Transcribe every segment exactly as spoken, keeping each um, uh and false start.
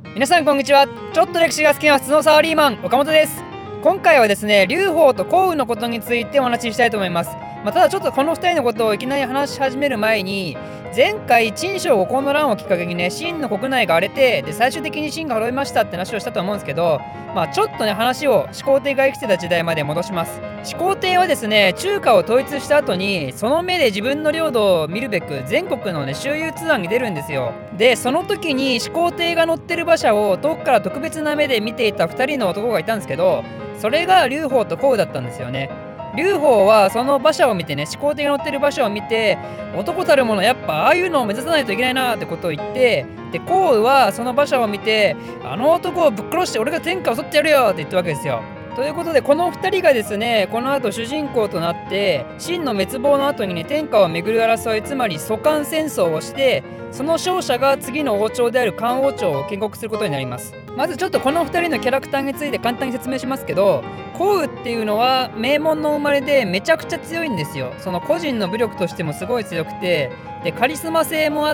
皆さんこんにちは。ちょっと歴史が好きな普通のサラリーマン岡本です。今回はですね、劉邦と項羽のことについてお話ししたいと思います。まあ、ただちょっとこのふたりのことをいきなり話し始める前に、前回陳勝五行の乱をきっかけにね、秦の国内が荒れて、で最終的に秦が滅びましたって話をしたと思うんですけど、まあちょっとね話を始皇帝が生きてた時代まで戻します。始皇帝はですね、中華を統一した後にその目で自分の領土を見るべく全国のね周遊ツアーに出るんですよ。でその時に始皇帝が乗ってる馬車を遠くから特別な目で見ていたふたりの男がいたんですけど、それが劉邦と項羽だったんですよね。劉邦はその馬車を見てね、始皇帝が乗ってる馬車を見て、男たるものやっぱああいうのを目指さないといけないなってことを言って、で項羽はその馬車を見て、あの男をぶっ殺して俺が天下を取ってやるよって言ったわけですよ。ということでこのふたりがですね、この後主人公となって秦の滅亡の後にね、天下を巡る争い、つまり蘇漢戦争をして、その勝者が次の王朝である漢王朝を建国することになります。まずちょっとこのふたりのキャラクターについて簡単に説明しますけど、項羽っていうのは名門の生まれでめちゃくちゃ強いんですよ。その個人の武力としてもすごい強くて、でカリスマ性もあって、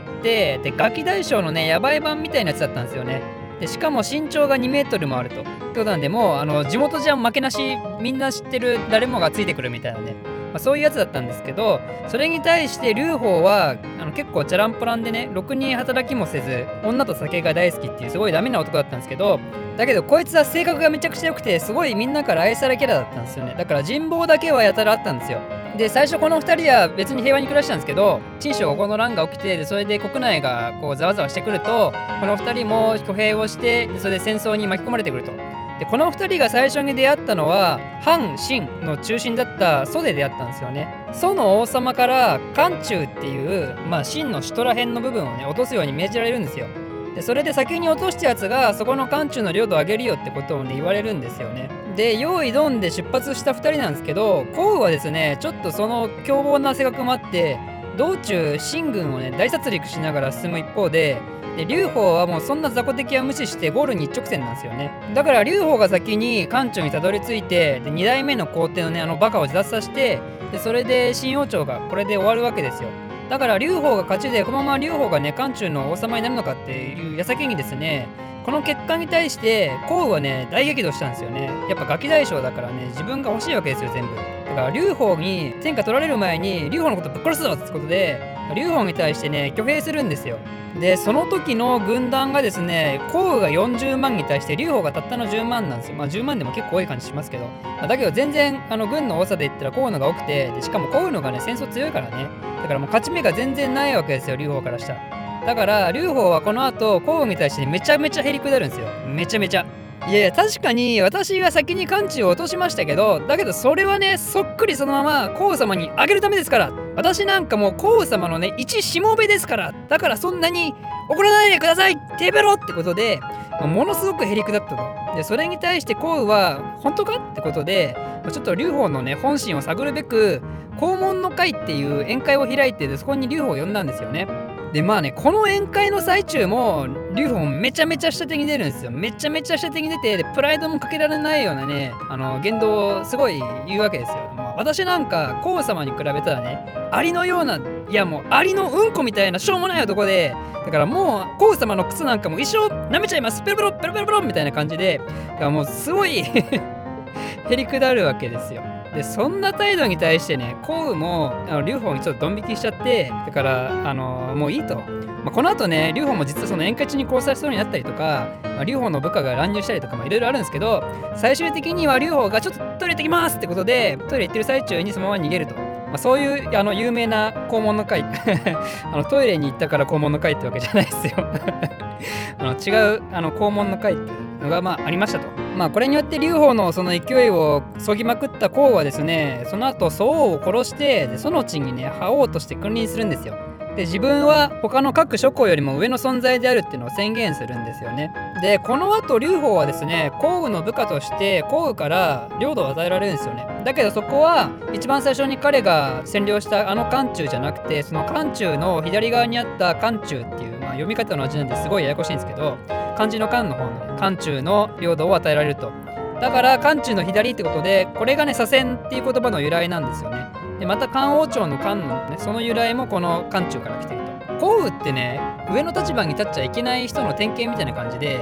でガキ大将のねヤバい版みたいなやつだったんですよね。でしかも身長がにメートルもあると。ってことなんで、もうあの地元じゃ負けなし、みんな知ってる、誰もがついてくるみたいなね、まあ、そういうやつだったんですけど、それに対して劉邦はあの結構チャランポランでね、ろくに働きもせず女と酒が大好きっていうすごいダメな男だったんですけど、だけどこいつは性格がめちゃくちゃ良くて、すごいみんなから愛されキャラだったんですよね。だから人望だけはやたらあったんですよ。で最初このふたりは別に平和に暮らしたんですけど、陳勝五行の乱が起きて、でそれで国内がこうざわざわしてくると、このふたりも挙兵をして、でそれで戦争に巻き込まれてくると。でこのふたりが最初に出会ったのは反秦の中心だった蘇で出会ったんですよね。蘇の王様から漢中っていう、まあ、秦の首都ら辺の部分をね落とすように命じられるんですよ。でそれで先に落としたやつがそこの漢中の領土をあげるよってことをね言われるんですよね。で用意ドンで出発したふたりなんですけど、項羽はですねちょっとその凶暴な性格もあって、道中秦軍をね大殺戮しながら進む一方で、で劉邦はもうそんな雑魚敵は無視してゴールに一直線なんですよね。だから劉邦が先に漢中にたどり着いて、でにだいめの皇帝のねあのバカを自殺させて、でそれで秦王朝がこれで終わるわけですよ。だから劉邦が勝ちで、このまま劉邦がね漢中の王様になるのかっていう矢先にですね、この結果に対して項羽はね大激怒したんですよね。やっぱガキ大将だからね、自分が欲しいわけですよ全部。だから劉邦に天下取られる前に劉邦のことぶっ殺すぞってことで、劉邦に対してね挙兵するんですよ。でその時の軍団がですね、項羽がよんじゅうまんに対して劉邦がたったのじゅうまんなんですよ。まあじゅうまんでも結構多い感じしますけど、まあ、だけど全然あの軍の多さで言ったら項羽のが多くて、でしかも項羽のがね戦争強いからね、だからもう勝ち目が全然ないわけですよ劉邦からしたら。だから劉邦はこの後項羽に対して、ね、めちゃめちゃへりくだるんですよ。めちゃめちゃ。いやいや確かに私が先に漢中を落としましたけど、だけどそれはねそっくりそのまま項羽様にあげるためですから。私なんかもう項羽様のね一しもべですから。だからそんなに怒らないでくださいテベロってことで、ものすごくへりくだったと。でそれに対して項羽は本当かってことで、ちょっと劉邦のね本心を探るべく黄門の会っていう宴会を開いて、でそこに劉邦を呼んだんですよね。でまあね、この宴会の最中も劉邦めちゃめちゃ下手に出るんですよ。めちゃめちゃ下手に出て、でプライドもかけられないようなねあの言動をすごい言うわけですよ。まあ、私なんか項羽様に比べたらね、アリのような、いやもうアリのうんこみたいなしょうもない男で、だからもう項羽様の靴なんかも一生舐めちゃいます、ペロペロペロペロペロみたいな感じで、だからもうすごいへりくだるわけですよ。でそんな態度に対してね、項羽もあの劉邦にちょっとドン引きしちゃって、だからあのもういいと。まあ、この後ね劉邦も実はその宴会中に殺されそうになったりとか、まあ、劉邦の部下が乱入したりとかいろいろあるんですけど、最終的には劉邦がちょっとトイレ行ってきますってことでトイレ行ってる最中にそのまま逃げると。まあ、そういうあの有名な肛門の会あのトイレに行ったから肛門の会ってわけじゃないですよあの違うあの肛門の会っていうのがまあありましたと。まあこれによって劉邦のその勢いをそぎまくった項羽はですね、その後曹王を殺して、でその地にね覇王として君臨するんですよ。で自分は他の各諸侯よりも上の存在であるっていうのを宣言するんですよね。でこの後劉邦はですね、項羽の部下として項羽から領土を与えられるんですよね。だけどそこは一番最初に彼が占領したあの漢中じゃなくて、その漢中の左側にあった漢中っていう、まあ、読み方の字なんですごいややこしいんですけど、漢字の漢の方の、ね、漢中の領土を与えられると。だから漢中の左ってことで、これがね左遷っていう言葉の由来なんですよね。でまた漢王朝の漢のねその由来もこの漢中から来てると。項羽ってね上の立場に立っちゃいけない人の典型みたいな感じで、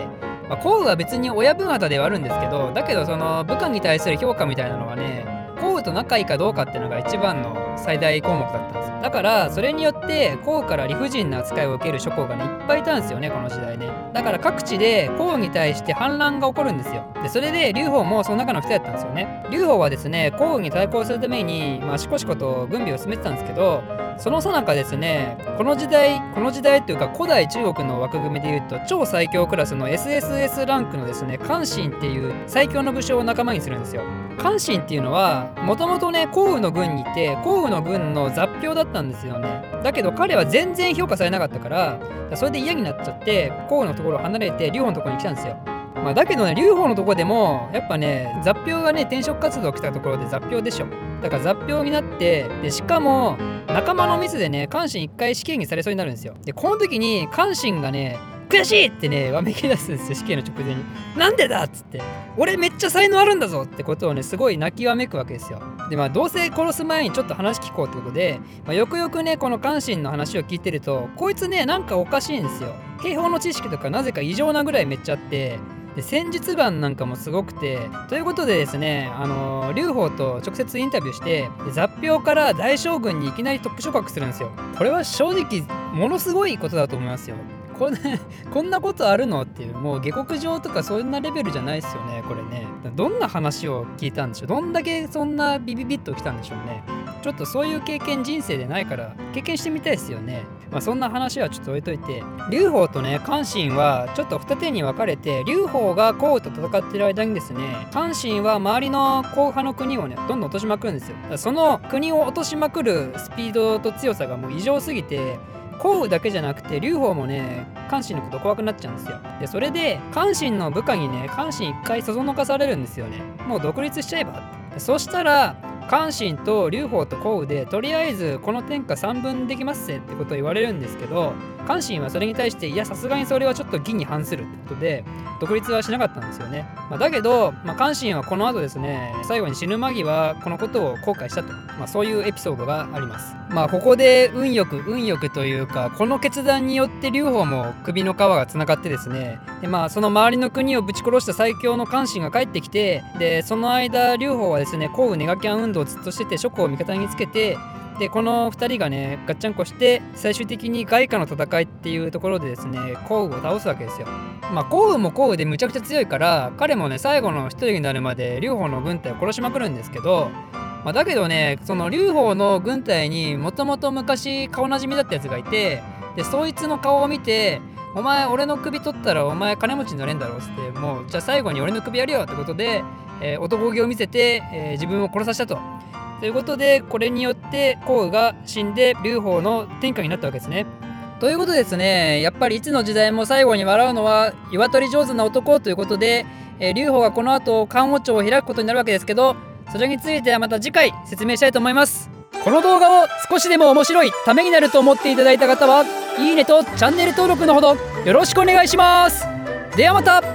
まあ、項羽は別に親分旗ではあるんですけど、だけどその部下に対する評価みたいなのはね、項羽と仲いいかどうかっていうのが一番の最大項目だったんです。だからそれによって項羽から理不尽な扱いを受ける諸侯がねいっぱいいたんですよね、この時代ね。だから各地で項羽に対して反乱が起こるんですよ。でそれで劉邦もその中の人やったんですよね。劉邦はですね、項羽に対抗するためにまあしこしこと軍備を進めてたんですけど、その最中ですね、この時代この時代というか古代中国の枠組みでいうと超最強クラスの エスエスエス ランクのですね、韓信っていう最強の武将を仲間にするんですよ。韓信っていうのはもともとね項羽の軍にいて、項羽の軍の雑兵だったんですよね。だけど彼は全然評価されなかったから、それで嫌になっちゃって項羽のところを離れて劉邦のところに来たんですよ。まあ、だけどね、劉邦のところでもやっぱね雑兵がね転職活動来たところで雑兵でしょ。だから雑兵になって、でしかも仲間のミスでね韓信一回死刑にされそうになるんですよ。でこの時に韓信がね悔しいってねわめき出すんですよ、死刑の直前に。なんでだっつって、俺めっちゃ才能あるんだぞってことをねすごい泣きわめくわけですよ。でまあどうせ殺す前にちょっと話聞こうってことで、まあ、よくよくねこの韓信の話を聞いてると、こいつねなんかおかしいんですよ。兵法の知識とかなぜか異常なぐらいめっちゃあって、で戦術眼なんかもすごくて、ということでですね、あのー、劉邦と直接インタビューして、雑兵から大将軍にいきなりトップ昇格するんですよ。これは正直ものすごいことだと思いますよ。これこんなことあるのっていう、もう下克上とかそんなレベルじゃないですよね、これね。どんな話を聞いたんでしょう。どんだけそんなビビビッときたんでしょうね。ちょっとそういう経験人生でないから経験してみたいですよね。まあそんな話はちょっと置いといて、劉邦とね韓信はちょっと二手に分かれて、劉邦が項羽と戦っている間にですね、韓信は周りの項羽の国をねどんどん落としまくるんですよ。だからその国を落としまくるスピードと強さがもう異常すぎて、項羽だけじゃなくて劉邦もね韓信のこと怖くなっちゃうんですよ。でそれで韓信の部下にね韓信一回そそのかされるんですよね。もう独立しちゃえばって。そしたら韓信と劉邦と項羽でとりあえずこの天下さんぶんできますぜってことを言われるんですけど、韓信はそれに対していやさすがにそれはちょっと義に反するってことで独立はしなかったんですよね。まあ、だけど、まあ、韓信はこの後ですね最後に死ぬ間際このことを後悔したと、まあ、そういうエピソードがあります。まあここで運よく運よくというか、この決断によって劉邦も首の皮がつながってですね、でまあその周りの国をぶち殺した最強の韓信が帰ってきて、でその間劉邦はですね項羽ネガキャン運動をずっとしてて諸侯を味方につけて、でこのふたりがねガッチャンコして最終的に外貨の戦いっていうところでですね項羽を倒すわけですよ。まあ項羽も項羽でむちゃくちゃ強いから、彼もね最後の一人になるまで劉邦の軍隊を殺しまくるんですけど、まあ、だけどねその劉邦の軍隊にもともと昔顔なじみだったやつがいて、でそいつの顔を見て、お前俺の首取ったらお前金持ちになれんだろうっつって、もうじゃあ最後に俺の首やるよってことで、えー、男気を見せて、えー、自分を殺させたと。ということでこれによって項羽が死んで劉邦の天下になったわけですね。ということですね、やっぱりいつの時代も最後に笑うのは鶏上手な男ということで、えー、劉邦がこの後漢王朝を開くことになるわけですけど、それについてはまた次回説明したいと思います。この動画を少しでも面白い、ためになると思っていただいた方はいいねとチャンネル登録のほどよろしくお願いします。ではまた。